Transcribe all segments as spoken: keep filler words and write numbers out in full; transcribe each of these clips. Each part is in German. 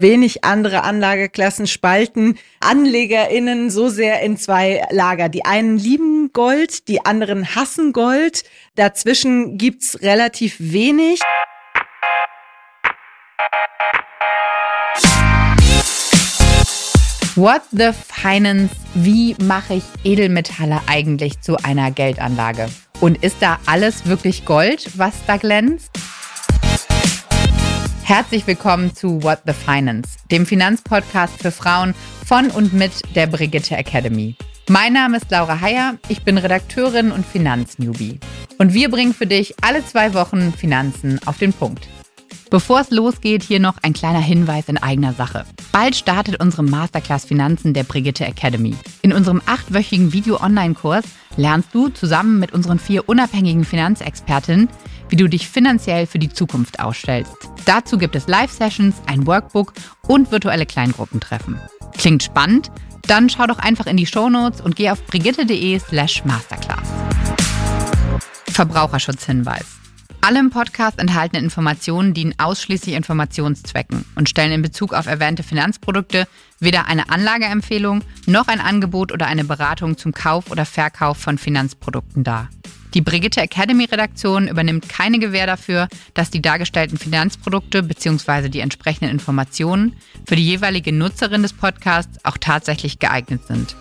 wenig andere Anlageklassen spalten AnlegerInnen so sehr in zwei Lager. Die einen lieben Gold, die anderen hassen Gold. Dazwischen gibt's relativ wenig. What the Finance? Wie mache ich Edelmetalle eigentlich zu einer Geldanlage? Und ist da alles wirklich Gold, was da glänzt? Herzlich willkommen zu What the Finance, dem Finanzpodcast für Frauen von und mit der Brigitte Academy. Mein Name ist Laura Heyer, ich bin Redakteurin und Finanznewbie. Und wir bringen für dich alle zwei Wochen Finanzen auf den Punkt. Bevor es losgeht, hier noch ein kleiner Hinweis in eigener Sache. Bald startet unsere Masterclass Finanzen der Brigitte Academy. In unserem achtwöchigen Video-Online-Kurs lernst du zusammen mit unseren vier unabhängigen Finanzexpertinnen, wie du dich finanziell für die Zukunft aufstellst. Dazu gibt es Live-Sessions, ein Workbook und virtuelle Kleingruppentreffen. Klingt spannend? Dann schau doch einfach in die Shownotes und geh auf brigitte.de slash masterclass. Verbraucherschutzhinweis. Alle im Podcast enthaltenen Informationen dienen ausschließlich Informationszwecken und stellen in Bezug auf erwähnte Finanzprodukte weder eine Anlageempfehlung noch ein Angebot oder eine Beratung zum Kauf oder Verkauf von Finanzprodukten dar. Die Brigitte Academy Redaktion übernimmt keine Gewähr dafür, dass die dargestellten Finanzprodukte bzw. die entsprechenden Informationen für die jeweilige Nutzerin des Podcasts auch tatsächlich geeignet sind.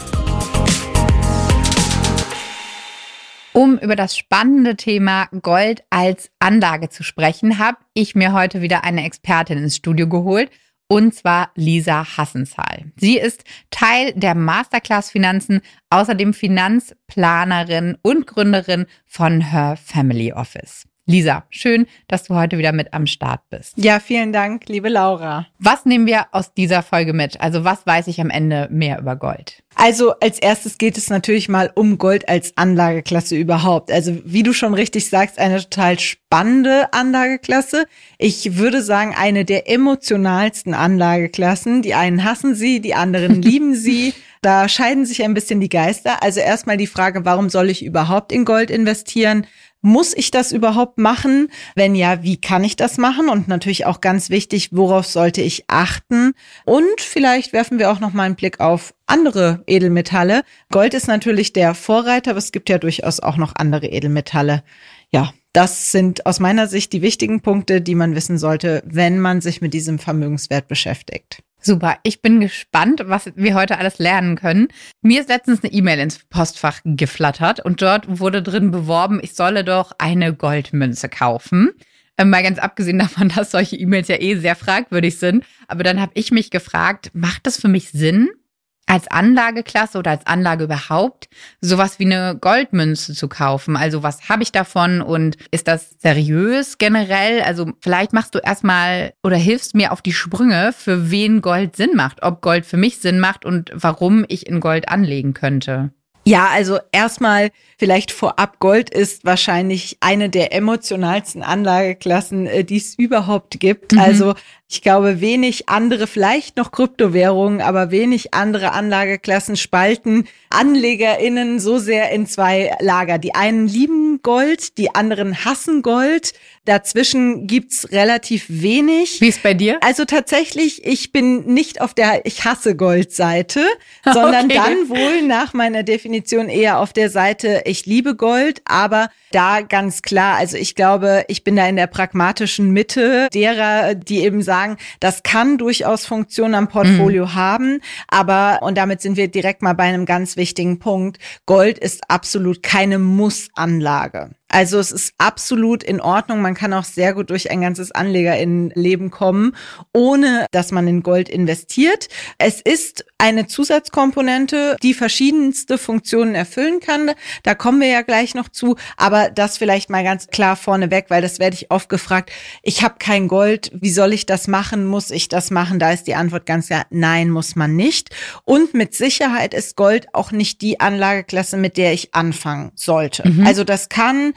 Um über das spannende Thema Gold als Anlage zu sprechen, habe ich mir heute wieder eine Expertin ins Studio geholt, und zwar Lisa Hassenzahl. Sie ist Teil der Masterclass Finanzen, außerdem Finanzplanerin und Gründerin von Her Family Office. Lisa, schön, dass du heute wieder mit am Start bist. Ja, vielen Dank, liebe Laura. Was nehmen wir aus dieser Folge mit? Also was weiß ich am Ende mehr über Gold? Also als erstes geht es natürlich mal um Gold als Anlageklasse überhaupt. Also wie du schon richtig sagst, eine total spannende Anlageklasse. Ich würde sagen, eine der emotionalsten Anlageklassen. Die einen hassen sie, die anderen lieben sie. Da scheiden sich ein bisschen die Geister. Also erstmal die Frage, warum soll ich überhaupt in Gold investieren? Muss ich das überhaupt machen? Wenn ja, wie kann ich das machen? Und natürlich auch ganz wichtig, worauf sollte ich achten? Und vielleicht werfen wir auch noch mal einen Blick auf andere Edelmetalle. Gold ist natürlich der Vorreiter, aber es gibt ja durchaus auch noch andere Edelmetalle. Ja, das sind aus meiner Sicht die wichtigen Punkte, die man wissen sollte, wenn man sich mit diesem Vermögenswert beschäftigt. Super, ich bin gespannt, was wir heute alles lernen können. Mir ist letztens eine E-Mail ins Postfach geflattert und dort wurde drin beworben, ich solle doch eine Goldmünze kaufen. Mal ganz abgesehen davon, dass solche E-Mails ja eh sehr fragwürdig sind. Aber dann habe ich mich gefragt, macht das für mich Sinn, als Anlageklasse oder als Anlage überhaupt sowas wie eine Goldmünze zu kaufen? Also was habe ich davon und ist das seriös generell? Also vielleicht machst du erstmal oder hilfst mir auf die Sprünge, für wen Gold Sinn macht, ob Gold für mich Sinn macht und warum ich in Gold anlegen könnte. Ja, also erstmal vielleicht vorab, Gold ist wahrscheinlich eine der emotionalsten Anlageklassen, die es überhaupt gibt. Mhm. Also ich glaube, wenig andere, vielleicht noch Kryptowährungen, aber wenig andere Anlageklassen spalten AnlegerInnen so sehr in zwei Lager. Die einen lieben Gold, die anderen hassen Gold. Dazwischen gibt's relativ wenig. Wie ist bei dir? Also tatsächlich, ich bin nicht auf der Ich hasse Gold-Seite, sondern okay. Dann wohl nach meiner Definition eher auf der Seite Ich liebe Gold, aber da ganz klar, also ich glaube, ich bin da in der pragmatischen Mitte derer, die eben sagen, das kann durchaus Funktionen am Portfolio mhm. haben, aber, und damit sind wir direkt mal bei einem ganz wichtigen Punkt, Gold ist absolut keine Muss-Anlage. Also es ist absolut in Ordnung. Man kann auch sehr gut durch ein ganzes AnlegerInnenleben kommen, ohne dass man in Gold investiert. Es ist eine Zusatzkomponente, die verschiedenste Funktionen erfüllen kann. Da kommen wir ja gleich noch zu. Aber das vielleicht mal ganz klar vorneweg, weil das werde ich oft gefragt. Ich habe kein Gold. Wie soll ich das machen? Muss ich das machen? Da ist die Antwort ganz klar, nein, muss man nicht. Und mit Sicherheit ist Gold auch nicht die Anlageklasse, mit der ich anfangen sollte. Mhm. Also das kann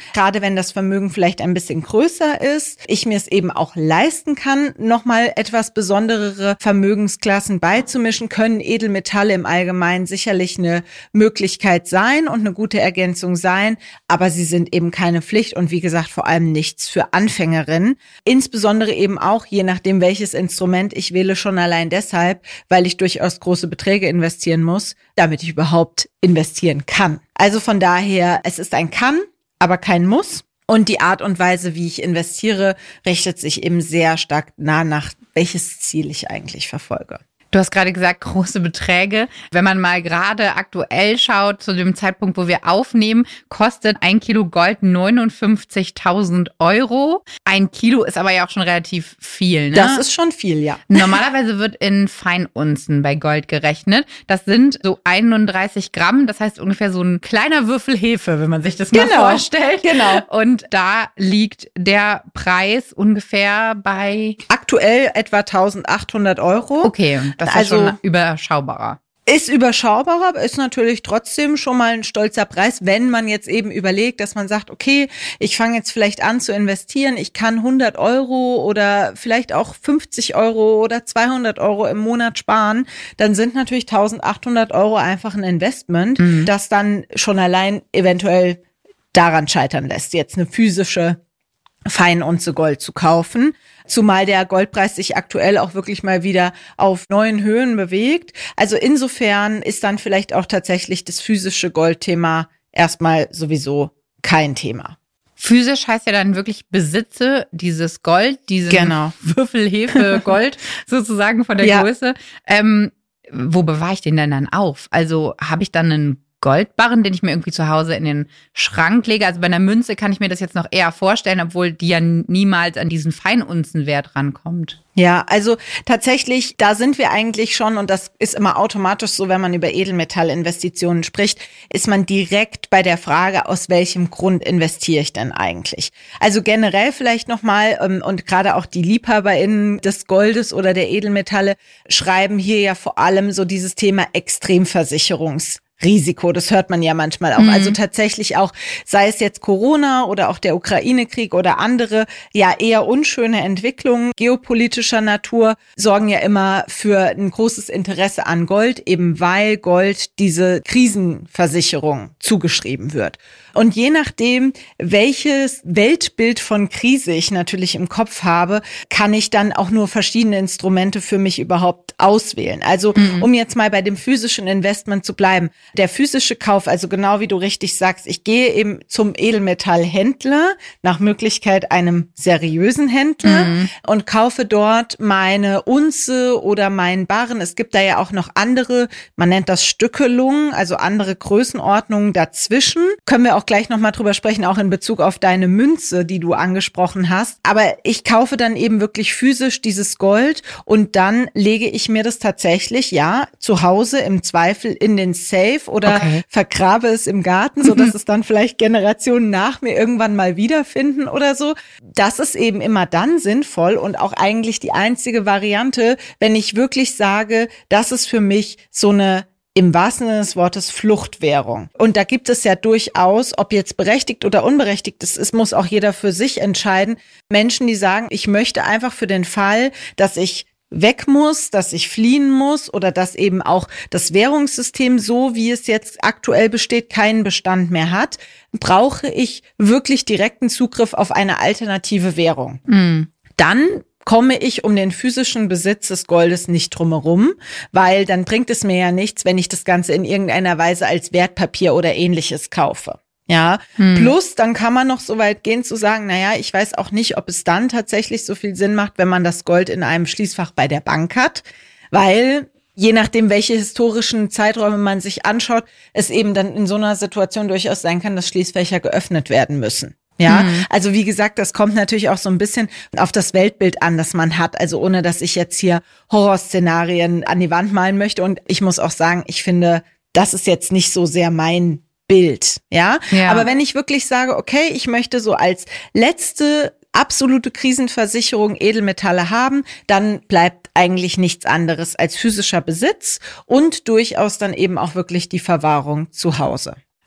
gerade wenn das Vermögen vielleicht ein bisschen größer ist, ich mir es eben auch leisten kann, nochmal etwas besonderere Vermögensklassen beizumischen, können Edelmetalle im Allgemeinen sicherlich eine Möglichkeit sein und eine gute Ergänzung sein, aber sie sind eben keine Pflicht und wie gesagt vor allem nichts für Anfängerinnen. Insbesondere eben auch, je nachdem welches Instrument ich wähle, schon allein deshalb, weil ich durchaus große Beträge investieren muss, damit ich überhaupt investieren kann. Also von daher, es ist ein Kann, aber kein Muss. Und die Art und Weise, wie ich investiere, richtet sich eben sehr stark nah nach, welches Ziel ich eigentlich verfolge. Du hast gerade gesagt, große Beträge. Wenn man mal gerade aktuell schaut, zu dem Zeitpunkt, wo wir aufnehmen, kostet ein Kilo Gold neunundfünfzigtausend Euro. Ein Kilo ist aber ja auch schon relativ viel, ne? Das ist schon viel, ja. Normalerweise wird in Feinunzen bei Gold gerechnet. Das sind so einunddreißig Gramm. Das heißt ungefähr so ein kleiner Würfel Hefe, wenn man sich das mal genau, vorstellt. Genau. Und da liegt der Preis ungefähr bei... Aktuell etwa eintausendachthundert Euro. Okay, das ist also, schon überschaubarer. Ist überschaubarer, aber ist natürlich trotzdem schon mal ein stolzer Preis, wenn man jetzt eben überlegt, dass man sagt, okay, ich fange jetzt vielleicht an zu investieren, ich kann hundert Euro oder vielleicht auch fünfzig Euro oder zweihundert Euro im Monat sparen, dann sind natürlich eintausendachthundert Euro einfach ein Investment, mhm. das dann schon allein eventuell daran scheitern lässt, jetzt eine physische Feinunze Gold zu kaufen. Zumal der Goldpreis sich aktuell auch wirklich mal wieder auf neuen Höhen bewegt. Also insofern ist dann vielleicht auch tatsächlich das physische Goldthema erstmal sowieso kein Thema. Physisch heißt ja dann wirklich besitze dieses Gold, diesen genau. Würfel Hefe Gold sozusagen von der ja. Größe. Ähm, wo bewahre ich den denn dann auf? Also habe ich dann einen Goldbarren, den ich mir irgendwie zu Hause in den Schrank lege. Also bei einer Münze kann ich mir das jetzt noch eher vorstellen, obwohl die ja niemals an diesen Feinunzenwert rankommt. Ja, also tatsächlich, da sind wir eigentlich schon, und das ist immer automatisch so, wenn man über Edelmetallinvestitionen spricht, ist man direkt bei der Frage, aus welchem Grund investiere ich denn eigentlich? Also generell vielleicht nochmal, und gerade auch die LiebhaberInnen des Goldes oder der Edelmetalle schreiben hier ja vor allem so dieses Thema Extremversicherungs Risiko, das hört man ja manchmal auch. Mhm. Also tatsächlich auch, sei es jetzt Corona oder auch der Ukraine-Krieg oder andere, ja eher unschöne Entwicklungen geopolitischer Natur sorgen ja immer für ein großes Interesse an Gold, eben weil Gold diese Krisenversicherung zugeschrieben wird. Und je nachdem, welches Weltbild von Krise ich natürlich im Kopf habe, kann ich dann auch nur verschiedene Instrumente für mich überhaupt auswählen. Also mhm. um jetzt mal bei dem physischen Investment zu bleiben, der physische Kauf, also genau wie du richtig sagst, ich gehe eben zum Edelmetallhändler, nach Möglichkeit einem seriösen Händler mhm. und kaufe dort meine Unze oder meinen Barren. Es gibt da ja auch noch andere, man nennt das Stückelungen, also andere Größenordnungen dazwischen. Können wir auch gleich nochmal drüber sprechen, auch in Bezug auf deine Münze, die du angesprochen hast. Aber ich kaufe dann eben wirklich physisch dieses Gold und dann lege ich mir das tatsächlich, ja, zu Hause im Zweifel in den Safe oder okay. vergrabe es im Garten, so dass es dann vielleicht Generationen nach mir irgendwann mal wiederfinden oder so. Das ist eben immer dann sinnvoll und auch eigentlich die einzige Variante, wenn ich wirklich sage, das ist für mich so eine im wahrsten Sinne des Wortes Fluchtwährung. Und da gibt es ja durchaus, ob jetzt berechtigt oder unberechtigt es ist, muss auch jeder für sich entscheiden. Menschen, die sagen, ich möchte einfach für den Fall, dass ich weg muss, dass ich fliehen muss oder dass eben auch das Währungssystem, so wie es jetzt aktuell besteht, keinen Bestand mehr hat, brauche ich wirklich direkten Zugriff auf eine alternative Währung. Mhm. Dann komme ich um den physischen Besitz des Goldes nicht drumherum, weil dann bringt es mir ja nichts, wenn ich das Ganze in irgendeiner Weise als Wertpapier oder Ähnliches kaufe. Ja, hm. plus dann kann man noch so weit gehen zu sagen, naja, ich weiß auch nicht, ob es dann tatsächlich so viel Sinn macht, wenn man das Gold in einem Schließfach bei der Bank hat, weil je nachdem, welche historischen Zeiträume man sich anschaut, es eben dann in so einer Situation durchaus sein kann, dass Schließfächer geöffnet werden müssen. Ja, mhm. also wie gesagt, das kommt natürlich auch so ein bisschen auf das Weltbild an, das man hat. Also ohne, dass ich jetzt hier Horrorszenarien an die Wand malen möchte. Und ich muss auch sagen, ich finde, das ist jetzt nicht so sehr mein Bild. Ja, ja. Aber wenn ich wirklich sage, okay, ich möchte so als letzte absolute Krisenversicherung Edelmetalle haben, dann bleibt eigentlich nichts anderes als physischer Besitz und durchaus dann eben auch wirklich die Verwahrung zu Hause.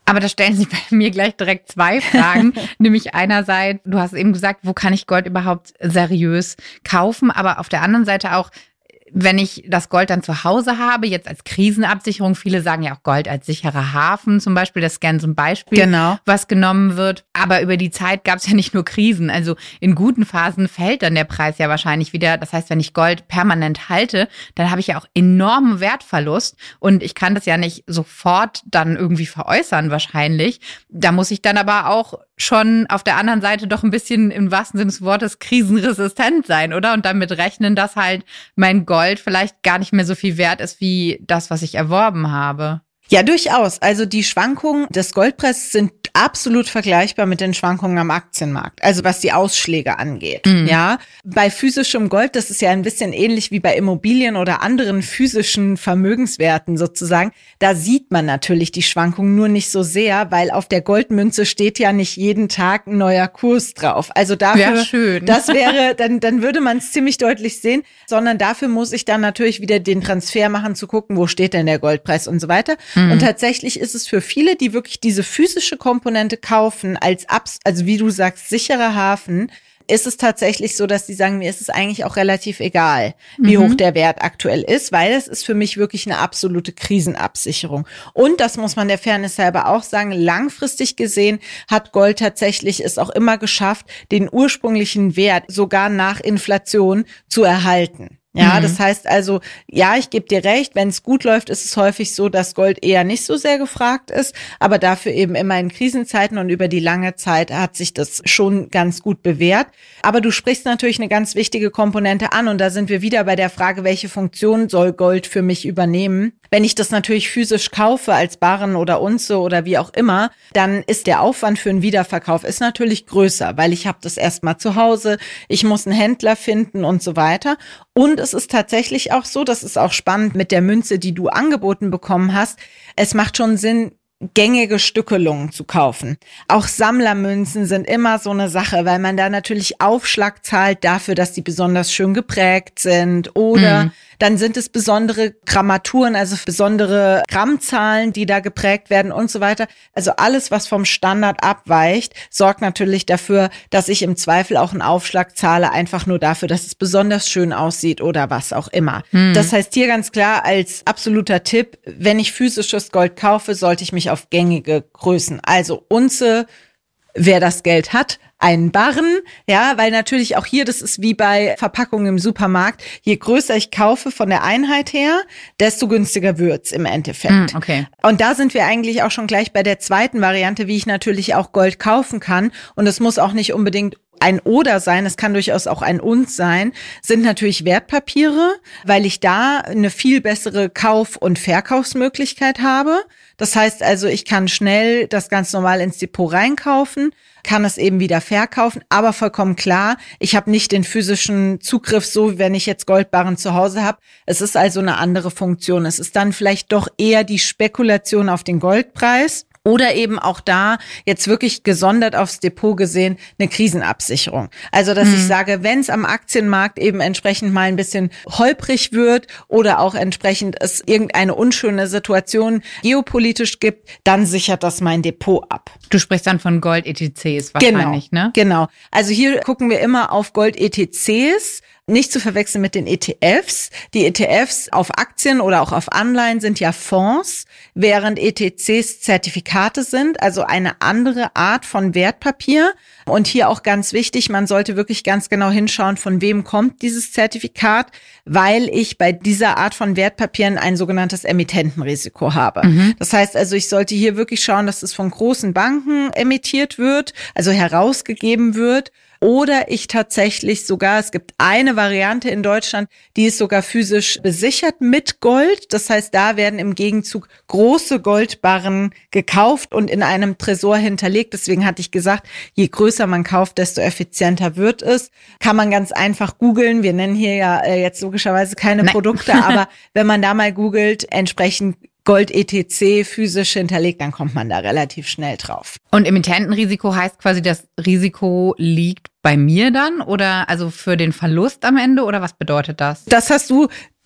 Aber da stellen sich bei mir gleich direkt zwei Fragen. Nämlich einerseits, du hast eben gesagt, wo kann ich Gold überhaupt seriös kaufen? Aber auf der anderen Seite auch, wenn ich das Gold dann zu Hause habe, jetzt als Krisenabsicherung, viele sagen ja auch Gold als sicherer Hafen zum Beispiel, das ist gerne so ein Beispiel, genau. was genommen wird. Aber über die Zeit gab es ja nicht nur Krisen. Also in guten Phasen fällt dann der Preis ja wahrscheinlich wieder. Das heißt, wenn ich Gold permanent halte, dann habe ich ja auch enormen Wertverlust. Und ich kann das ja nicht sofort dann irgendwie veräußern wahrscheinlich. Da muss ich dann aber auch schon auf der anderen Seite doch ein bisschen im wahrsten Sinne des Wortes krisenresistent sein, oder? Und damit rechnen, dass halt mein Gold vielleicht gar nicht mehr so viel wert ist wie das, was ich erworben habe. Ja, durchaus. Also die Schwankungen des Goldpreises sind absolut vergleichbar mit den Schwankungen am Aktienmarkt. Also was die Ausschläge angeht. Mhm. Ja, bei physischem Gold, das ist ja ein bisschen ähnlich wie bei Immobilien oder anderen physischen Vermögenswerten sozusagen. Da sieht man natürlich die Schwankungen nur nicht so sehr, weil auf der Goldmünze steht ja nicht jeden Tag ein neuer Kurs drauf. Also dafür, wäre schön. Das wäre, dann, dann würde man es ziemlich deutlich sehen, sondern dafür muss ich dann natürlich wieder den Transfer machen, zu gucken, wo steht denn der Goldpreis und so weiter. Mhm. Und tatsächlich ist es für viele, die wirklich diese physische Komponente kaufen, als, abs- also wie du sagst, sicherer Hafen, ist es tatsächlich so, dass die sagen, mir ist es eigentlich auch relativ egal, wie mhm. hoch der Wert aktuell ist, weil es ist für mich wirklich eine absolute Krisenabsicherung. Und das muss man der Fairness halber auch sagen, langfristig gesehen hat Gold tatsächlich es auch immer geschafft, den ursprünglichen Wert sogar nach Inflation zu erhalten. Ja, das heißt also, ja, ich gebe dir recht, wenn es gut läuft, ist es häufig so, dass Gold eher nicht so sehr gefragt ist, aber dafür eben immer in Krisenzeiten und über die lange Zeit hat sich das schon ganz gut bewährt. Aber du sprichst natürlich eine ganz wichtige Komponente an und da sind wir wieder bei der Frage, welche Funktion soll Gold für mich übernehmen? Wenn ich das natürlich physisch kaufe als Barren oder Unze oder wie auch immer, dann ist der Aufwand für einen Wiederverkauf ist natürlich größer, weil ich habe das erstmal zu Hause, ich muss einen Händler finden und so weiter. Und es ist tatsächlich auch so, das ist auch spannend mit der Münze, die du angeboten bekommen hast, es macht schon Sinn, gängige Stückelungen zu kaufen. Auch Sammlermünzen sind immer so eine Sache, weil man da natürlich Aufschlag zahlt dafür, dass die besonders schön geprägt sind oder mhm. dann sind es besondere Grammaturen, also besondere Grammzahlen, die da geprägt werden und so weiter. Also alles, was vom Standard abweicht, sorgt natürlich dafür, dass ich im Zweifel auch einen Aufschlag zahle, einfach nur dafür, dass es besonders schön aussieht oder was auch immer. Mhm. Das heißt hier ganz klar als absoluter Tipp, wenn ich physisches Gold kaufe, sollte ich mich auf gängige Größen, also Unze, wer das Geld hat, einen Barren, ja, weil natürlich auch hier, das ist wie bei Verpackungen im Supermarkt, je größer ich kaufe von der Einheit her, desto günstiger wird's im Endeffekt. Mm, okay. Und da sind wir eigentlich auch schon gleich bei der zweiten Variante, wie ich natürlich auch Gold kaufen kann. Und es muss auch nicht unbedingt ein Oder sein, es kann durchaus auch ein Und sein, sind natürlich Wertpapiere, weil ich da eine viel bessere Kauf- und Verkaufsmöglichkeit habe. Das heißt also, ich kann schnell das ganz normal ins Depot reinkaufen, kann es eben wieder verkaufen, aber vollkommen klar, ich habe nicht den physischen Zugriff, so wie wenn ich jetzt Goldbarren zu Hause habe. Es ist also eine andere Funktion. Es ist dann vielleicht doch eher die Spekulation auf den Goldpreis. Oder eben auch da jetzt wirklich gesondert aufs Depot gesehen eine Krisenabsicherung. Also dass mhm. ich sage, wenn es am Aktienmarkt eben entsprechend mal ein bisschen holprig wird oder auch entsprechend es irgendeine unschöne Situation geopolitisch gibt, dann sichert das mein Depot ab. Du sprichst dann von Gold-E T Cs wahrscheinlich, genau, ne? Genau. Also hier gucken wir immer auf Gold-E T Cs. Nicht zu verwechseln mit den E T Fs. Die E T Fs auf Aktien oder auch auf Anleihen sind ja Fonds, während E T Cs Zertifikate sind, also eine andere Art von Wertpapier. Und hier auch ganz wichtig, man sollte wirklich ganz genau hinschauen, von wem kommt dieses Zertifikat, weil ich bei dieser Art von Wertpapieren ein sogenanntes Emittentenrisiko habe. Mhm. Das heißt also, ich sollte hier wirklich schauen, dass es von großen Banken emittiert wird, also herausgegeben wird. Oder ich tatsächlich sogar, es gibt eine Variante in Deutschland, die ist sogar physisch besichert mit Gold. Das heißt, da werden im Gegenzug große Goldbarren gekauft und in einem Tresor hinterlegt. Deswegen hatte ich gesagt, je größer man kauft, desto effizienter wird es. Kann man ganz einfach googeln. Wir nennen hier ja äh, jetzt logischerweise keine Nein. Produkte, aber wenn man da mal googelt, entsprechend Gold-E T C physisch hinterlegt, dann kommt man da relativ schnell drauf. Und Emittentenrisiko heißt quasi, das Risiko liegt bei mir dann oder also für den Verlust am Ende oder was bedeutet das? Das hast du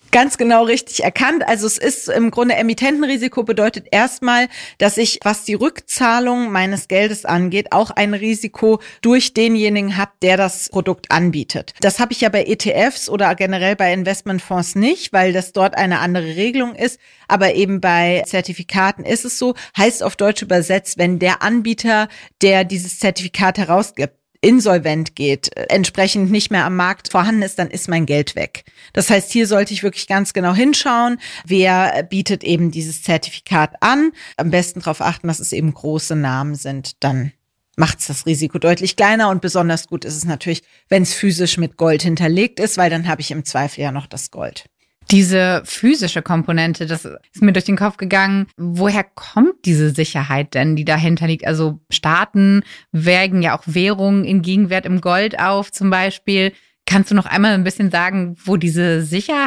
Ganz genau richtig erkannt. Also es ist im Grunde Emittentenrisiko bedeutet erstmal, dass ich, was die Rückzahlung meines Geldes angeht, auch ein Risiko durch denjenigen habe, der das Produkt anbietet. Das habe ich ja bei E T Fs oder generell bei Investmentfonds nicht, weil das dort eine andere Regelung ist. Aber eben bei Zertifikaten ist es so, heißt auf Deutsch übersetzt, wenn der Anbieter, der dieses Zertifikat herausgibt, insolvent geht, entsprechend nicht mehr am Markt vorhanden ist, dann ist mein Geld weg. Das heißt, hier sollte ich wirklich ganz genau hinschauen, wer bietet eben dieses Zertifikat an. Am besten darauf achten, dass es eben große Namen sind, dann macht es das Risiko deutlich kleiner und besonders gut ist es natürlich, wenn es physisch mit Gold hinterlegt ist, weil dann habe ich im Zweifel ja noch das Gold. Diese physische Komponente, das ist mir durch den Kopf gegangen. Woher kommt diese Sicherheit denn, die dahinter liegt? Also Staaten wägen ja auch Währungen in Gegenwert im Gold auf zum Beispiel. Kannst du noch einmal ein bisschen sagen, wo diese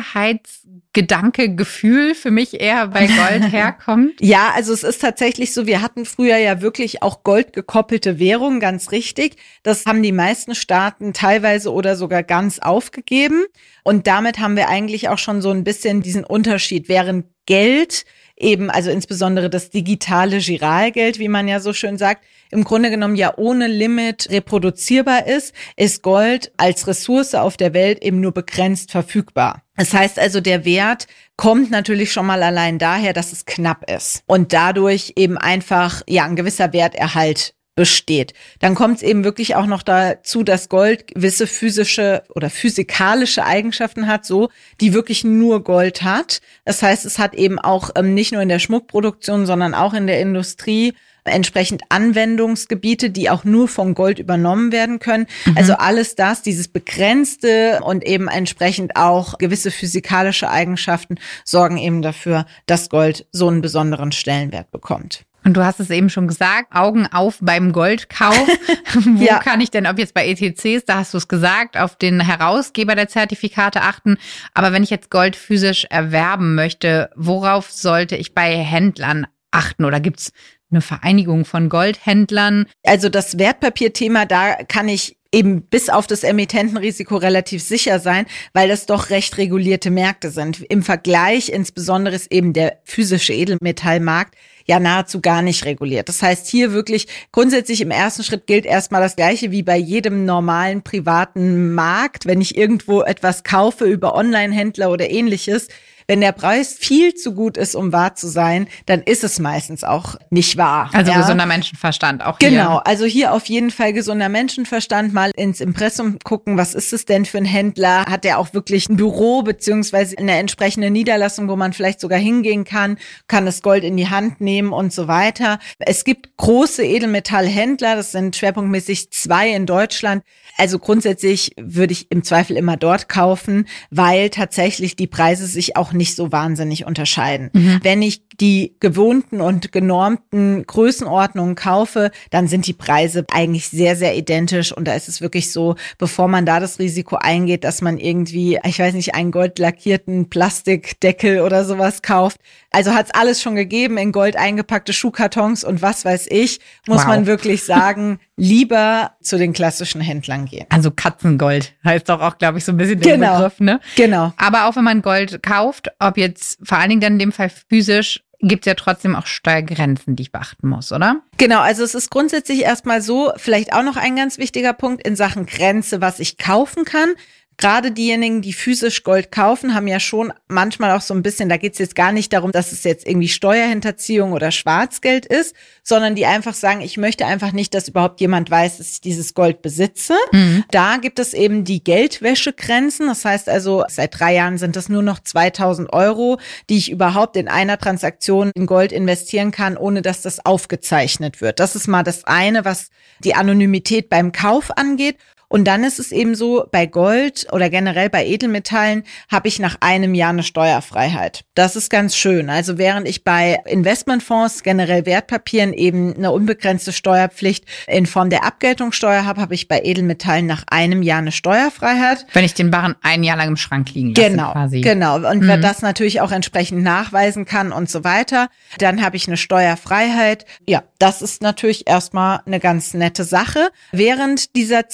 Sicherheitsgedanke, Gefühl für mich eher bei Gold herkommt? Ja, also es ist tatsächlich so, wir hatten früher ja wirklich auch goldgekoppelte Währungen, ganz richtig. Das haben die meisten Staaten teilweise oder sogar ganz aufgegeben. Und damit haben wir eigentlich auch schon so ein bisschen diesen Unterschied, während Geld eben, also insbesondere das digitale Giralgeld, wie man ja so schön sagt, im Grunde genommen ja ohne Limit reproduzierbar ist, ist Gold als Ressource auf der Welt eben nur begrenzt verfügbar. Das heißt also, der Wert kommt natürlich schon mal allein daher, dass es knapp ist und dadurch eben einfach ja ein gewisser Werterhalt besteht. Dann kommt es eben wirklich auch noch dazu, dass Gold gewisse physische oder physikalische Eigenschaften hat, so die wirklich nur Gold hat. Das heißt, es hat eben auch ähm, nicht nur in der Schmuckproduktion, sondern auch in der Industrie entsprechend Anwendungsgebiete, die auch nur von Gold übernommen werden können. Mhm. Also alles das, dieses Begrenzte und eben entsprechend auch gewisse physikalische Eigenschaften sorgen eben dafür, dass Gold so einen besonderen Stellenwert bekommt. Und du hast es eben schon gesagt, Augen auf beim Goldkauf. Wo ja. kann ich denn, ob jetzt bei E T Cs, da hast du es gesagt, auf den Herausgeber der Zertifikate achten. Aber wenn ich jetzt Gold physisch erwerben möchte, worauf sollte ich bei Händlern achten? Oder gibt's eine Vereinigung von Goldhändlern? Also das Wertpapierthema, da kann ich eben bis auf das Emittentenrisiko relativ sicher sein, weil das doch recht regulierte Märkte sind. Im Vergleich insbesondere ist eben der physische Edelmetallmarkt ja nahezu gar nicht reguliert. Das heißt, hier wirklich grundsätzlich im ersten Schritt gilt erstmal das Gleiche wie bei jedem normalen privaten Markt. Wenn ich irgendwo etwas kaufe über Online-Händler oder ähnliches, wenn der Preis viel zu gut ist, um wahr zu sein, dann ist es meistens auch nicht wahr. Also ja? gesunder Menschenverstand auch hier. Genau, also hier auf jeden Fall gesunder Menschenverstand, mal ins Impressum gucken, was ist es denn für ein Händler? Hat der auch wirklich ein Büro beziehungsweise eine entsprechende Niederlassung, wo man vielleicht sogar hingehen kann, kann das Gold in die Hand nehmen und so weiter. Es gibt große Edelmetallhändler, das sind schwerpunktmäßig zwei in Deutschland. Also grundsätzlich würde ich im Zweifel immer dort kaufen, weil tatsächlich die Preise sich auch nicht so wahnsinnig unterscheiden. Mhm. Wenn ich die gewohnten und genormten Größenordnungen kaufe, dann sind die Preise eigentlich sehr, sehr identisch. Und da ist es wirklich so, bevor man da das Risiko eingeht, dass man irgendwie, ich weiß nicht, einen goldlackierten Plastikdeckel oder sowas kauft. Also hat es alles schon gegeben in Gold eingepackte Schuhkartons und was weiß ich, muss wow. man wirklich sagen, lieber zu den klassischen Händlern gehen. Also Katzengold heißt doch auch, glaube ich, so ein bisschen der genau. Begriff, ne? Genau. Aber auch wenn man Gold kauft, ob jetzt vor allen Dingen dann in dem Fall physisch, gibt es ja trotzdem auch Steuergrenzen, die ich beachten muss, oder? Genau, also es ist grundsätzlich erstmal so, vielleicht auch noch ein ganz wichtiger Punkt in Sachen Grenze, was ich kaufen kann. Gerade diejenigen, die physisch Gold kaufen, haben ja schon manchmal auch so ein bisschen, da geht es jetzt gar nicht darum, dass es jetzt irgendwie Steuerhinterziehung oder Schwarzgeld ist, sondern die einfach sagen, ich möchte einfach nicht, dass überhaupt jemand weiß, dass ich dieses Gold besitze. Mhm. Da gibt es eben die Geldwäschegrenzen. Das heißt also, seit drei Jahren sind das nur noch zweitausend Euro, die ich überhaupt in einer Transaktion in Gold investieren kann, ohne dass das aufgezeichnet wird. Das ist mal das eine, was die Anonymität beim Kauf angeht. Und dann ist es eben so, bei Gold oder generell bei Edelmetallen habe ich nach einem Jahr eine Steuerfreiheit. Das ist ganz schön. Also während ich bei Investmentfonds, generell Wertpapieren eben eine unbegrenzte Steuerpflicht in Form der Abgeltungssteuer habe, habe ich bei Edelmetallen nach einem Jahr eine Steuerfreiheit. Wenn ich den Barren ein Jahr lang im Schrank liegen lasse genau, quasi. Genau, und mhm. das natürlich auch entsprechend nachweisen kann und so weiter, dann habe ich eine Steuerfreiheit. Ja, das ist natürlich erstmal eine ganz nette Sache. Während dieser Zeit, also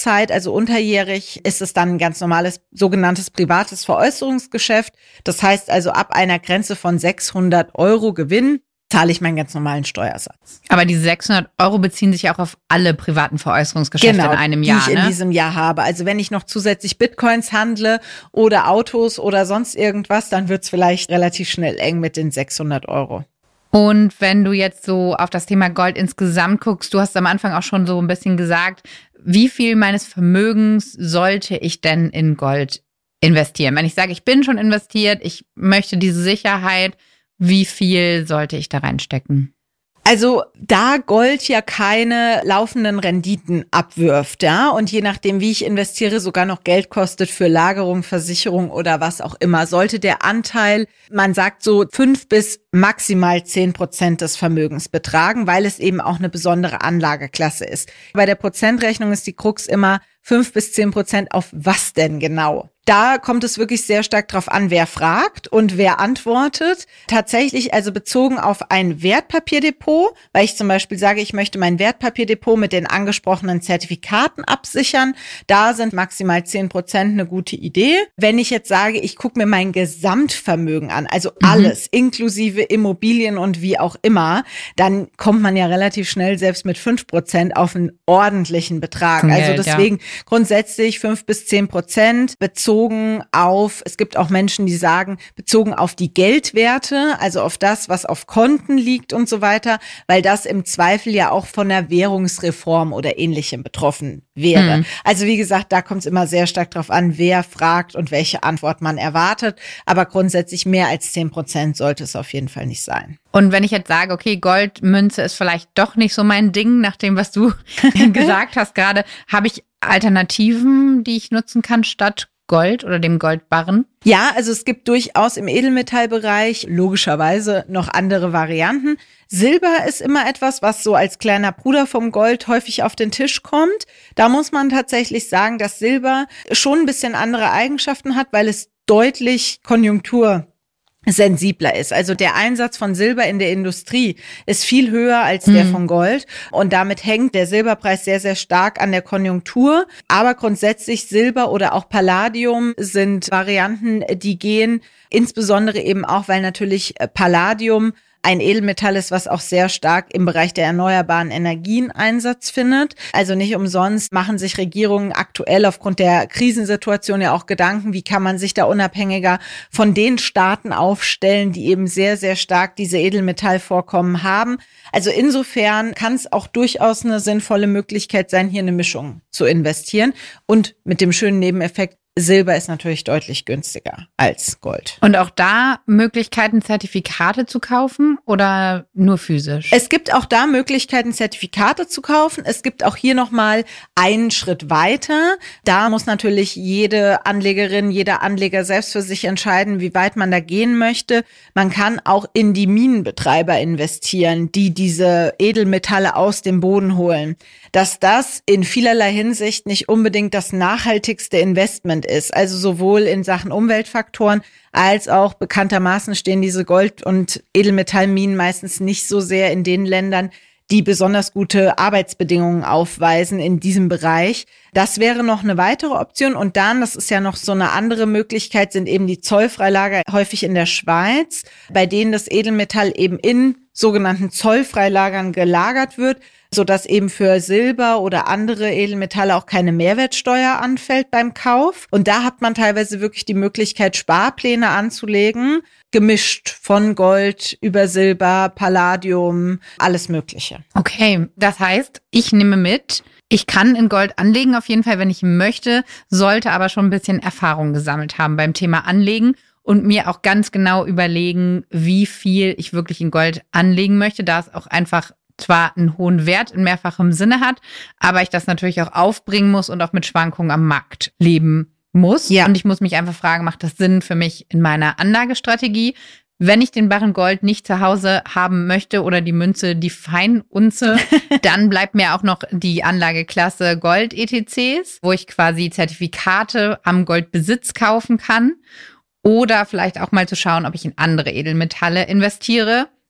also unterjährig ist es dann ein ganz normales sogenanntes privates Veräußerungsgeschäft. Das heißt also, ab einer Grenze von sechshundert Euro Gewinn zahle ich meinen ganz normalen Steuersatz. Aber diese sechshundert Euro beziehen sich auch auf alle privaten Veräußerungsgeschäfte genau, in einem Jahr, die ich ne? in diesem Jahr habe. Also wenn ich noch zusätzlich Bitcoins handle oder Autos oder sonst irgendwas, dann wird's vielleicht relativ schnell eng mit den sechshundert Euro. Und wenn du jetzt so auf das Thema Gold insgesamt guckst, du hast am Anfang auch schon so ein bisschen gesagt, wie viel meines Vermögens sollte ich denn in Gold investieren? Wenn ich sage, ich bin schon investiert, ich möchte diese Sicherheit, wie viel sollte ich da reinstecken? Also da Gold ja keine laufenden Renditen abwirft, ja, und je nachdem, wie ich investiere, sogar noch Geld kostet für Lagerung, Versicherung oder was auch immer, sollte der Anteil, man sagt so fünf bis maximal zehn Prozent des Vermögens betragen, weil es eben auch eine besondere Anlageklasse ist. Bei der Prozentrechnung ist die Krux immer fünf bis zehn Prozent auf was denn genau? Da kommt es wirklich sehr stark drauf an, wer fragt und wer antwortet. Tatsächlich also bezogen auf ein Wertpapierdepot, weil ich zum Beispiel sage, ich möchte mein Wertpapierdepot mit den angesprochenen Zertifikaten absichern. Da sind maximal zehn Prozent eine gute Idee. Wenn ich jetzt sage, ich gucke mir mein Gesamtvermögen an, also alles, mhm. inklusive Immobilien und wie auch immer, dann kommt man ja relativ schnell selbst mit fünf Prozent auf einen ordentlichen Betrag. Geld, also deswegen ja. grundsätzlich fünf bis zehn Prozent bezogen auf, es gibt auch Menschen, die sagen, bezogen auf die Geldwerte, also auf das, was auf Konten liegt und so weiter, weil das im Zweifel ja auch von der Währungsreform oder Ähnlichem betroffen wäre. Hm. Also wie gesagt, da kommt es immer sehr stark drauf an, wer fragt und welche Antwort man erwartet, aber grundsätzlich mehr als zehn Prozent sollte es auf jeden Fall nicht sein. Und wenn ich jetzt sage, okay, Goldmünze ist vielleicht doch nicht so mein Ding, nach dem, was du gesagt hast gerade, habe ich Alternativen, die ich nutzen kann statt Gold oder dem Goldbarren? Ja, also es gibt durchaus im Edelmetallbereich logischerweise noch andere Varianten. Silber ist immer etwas, was so als kleiner Bruder vom Gold häufig auf den Tisch kommt. Da muss man tatsächlich sagen, dass Silber schon ein bisschen andere Eigenschaften hat, weil es deutlich Konjunktur sensibler ist. Also der Einsatz von Silber in der Industrie ist viel höher als der von Gold und damit hängt der Silberpreis sehr, sehr stark an der Konjunktur. Aber grundsätzlich Silber oder auch Palladium sind Varianten, die gehen, insbesondere eben auch, weil natürlich Palladium ein Edelmetall ist, was auch sehr stark im Bereich der erneuerbaren Energien Einsatz findet. Also nicht umsonst machen sich Regierungen aktuell aufgrund der Krisensituation ja auch Gedanken, wie kann man sich da unabhängiger von den Staaten aufstellen, die eben sehr, sehr stark diese Edelmetallvorkommen haben. Also insofern kann es auch durchaus eine sinnvolle Möglichkeit sein, hier eine Mischung zu investieren. Und mit dem schönen Nebeneffekt, Silber ist natürlich deutlich günstiger als Gold. Und auch da Möglichkeiten, Zertifikate zu kaufen oder nur physisch? Es gibt auch da Möglichkeiten, Zertifikate zu kaufen. Es gibt auch hier nochmal einen Schritt weiter. Da muss natürlich jede Anlegerin, jeder Anleger selbst für sich entscheiden, wie weit man da gehen möchte. Man kann auch in die Minenbetreiber investieren, die diese Edelmetalle aus dem Boden holen. Dass das in vielerlei Hinsicht nicht unbedingt das nachhaltigste Investment ist. Also sowohl in Sachen Umweltfaktoren als auch bekanntermaßen stehen diese Gold- und Edelmetallminen meistens nicht so sehr in den Ländern, die besonders gute Arbeitsbedingungen aufweisen in diesem Bereich. Das wäre noch eine weitere Option. Und dann, das ist ja noch so eine andere Möglichkeit, sind eben die Zollfreilager häufig in der Schweiz, bei denen das Edelmetall eben in sogenannten Zollfreilagern gelagert wird, sodass eben für Silber oder andere Edelmetalle auch keine Mehrwertsteuer anfällt beim Kauf. Und da hat man teilweise wirklich die Möglichkeit, Sparpläne anzulegen, gemischt von Gold über Silber, Palladium, alles Mögliche. Okay, das heißt, ich nehme mit, ich kann in Gold anlegen, auf jeden Fall, wenn ich möchte, sollte aber schon ein bisschen Erfahrung gesammelt haben beim Thema Anlegen und mir auch ganz genau überlegen, wie viel ich wirklich in Gold anlegen möchte, da es auch einfach zwar einen hohen Wert in mehrfachem Sinne hat, aber ich das natürlich auch aufbringen muss und auch mit Schwankungen am Markt leben muss. Ja. Und ich muss mich einfach fragen, macht das Sinn für mich in meiner Anlagestrategie? Wenn ich den Barren Gold nicht zu Hause haben möchte oder die Münze, die Feinunze, dann bleibt mir auch noch die Anlageklasse Gold-E T Cs, wo ich quasi Zertifikate am Goldbesitz kaufen kann. Oder vielleicht auch mal zu schauen, ob ich in andere Edelmetalle investiere.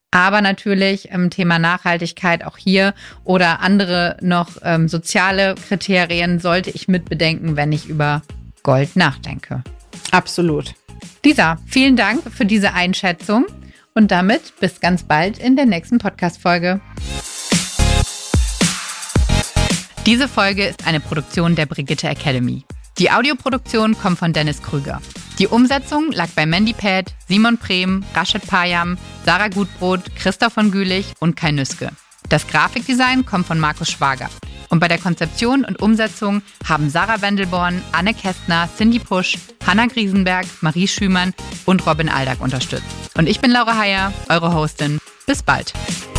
Aber natürlich im Thema Nachhaltigkeit auch hier oder andere noch ähm, soziale Kriterien sollte ich mitbedenken, wenn ich über Gold nachdenke. Absolut. Lisa, vielen Dank für diese Einschätzung und damit bis ganz bald in der nächsten Podcast-Folge. Diese Folge ist eine Produktion der Brigitte Academy. Die Audioproduktion kommt von Dennis Krüger. Die Umsetzung lag bei Mandy Pad, Simon Prehm, Rashid Payam, Sarah Gutbrot, Christoph von Gülich und Kai Nüske. Das Grafikdesign kommt von Markus Schwager. Und bei der Konzeption und Umsetzung haben Sarah Wendelborn, Anne Kästner, Cindy Pusch, Hanna Griesenberg, Marie Schümann und Robin Aldag unterstützt. Und ich bin Laura Heyer, eure Hostin. Bis bald.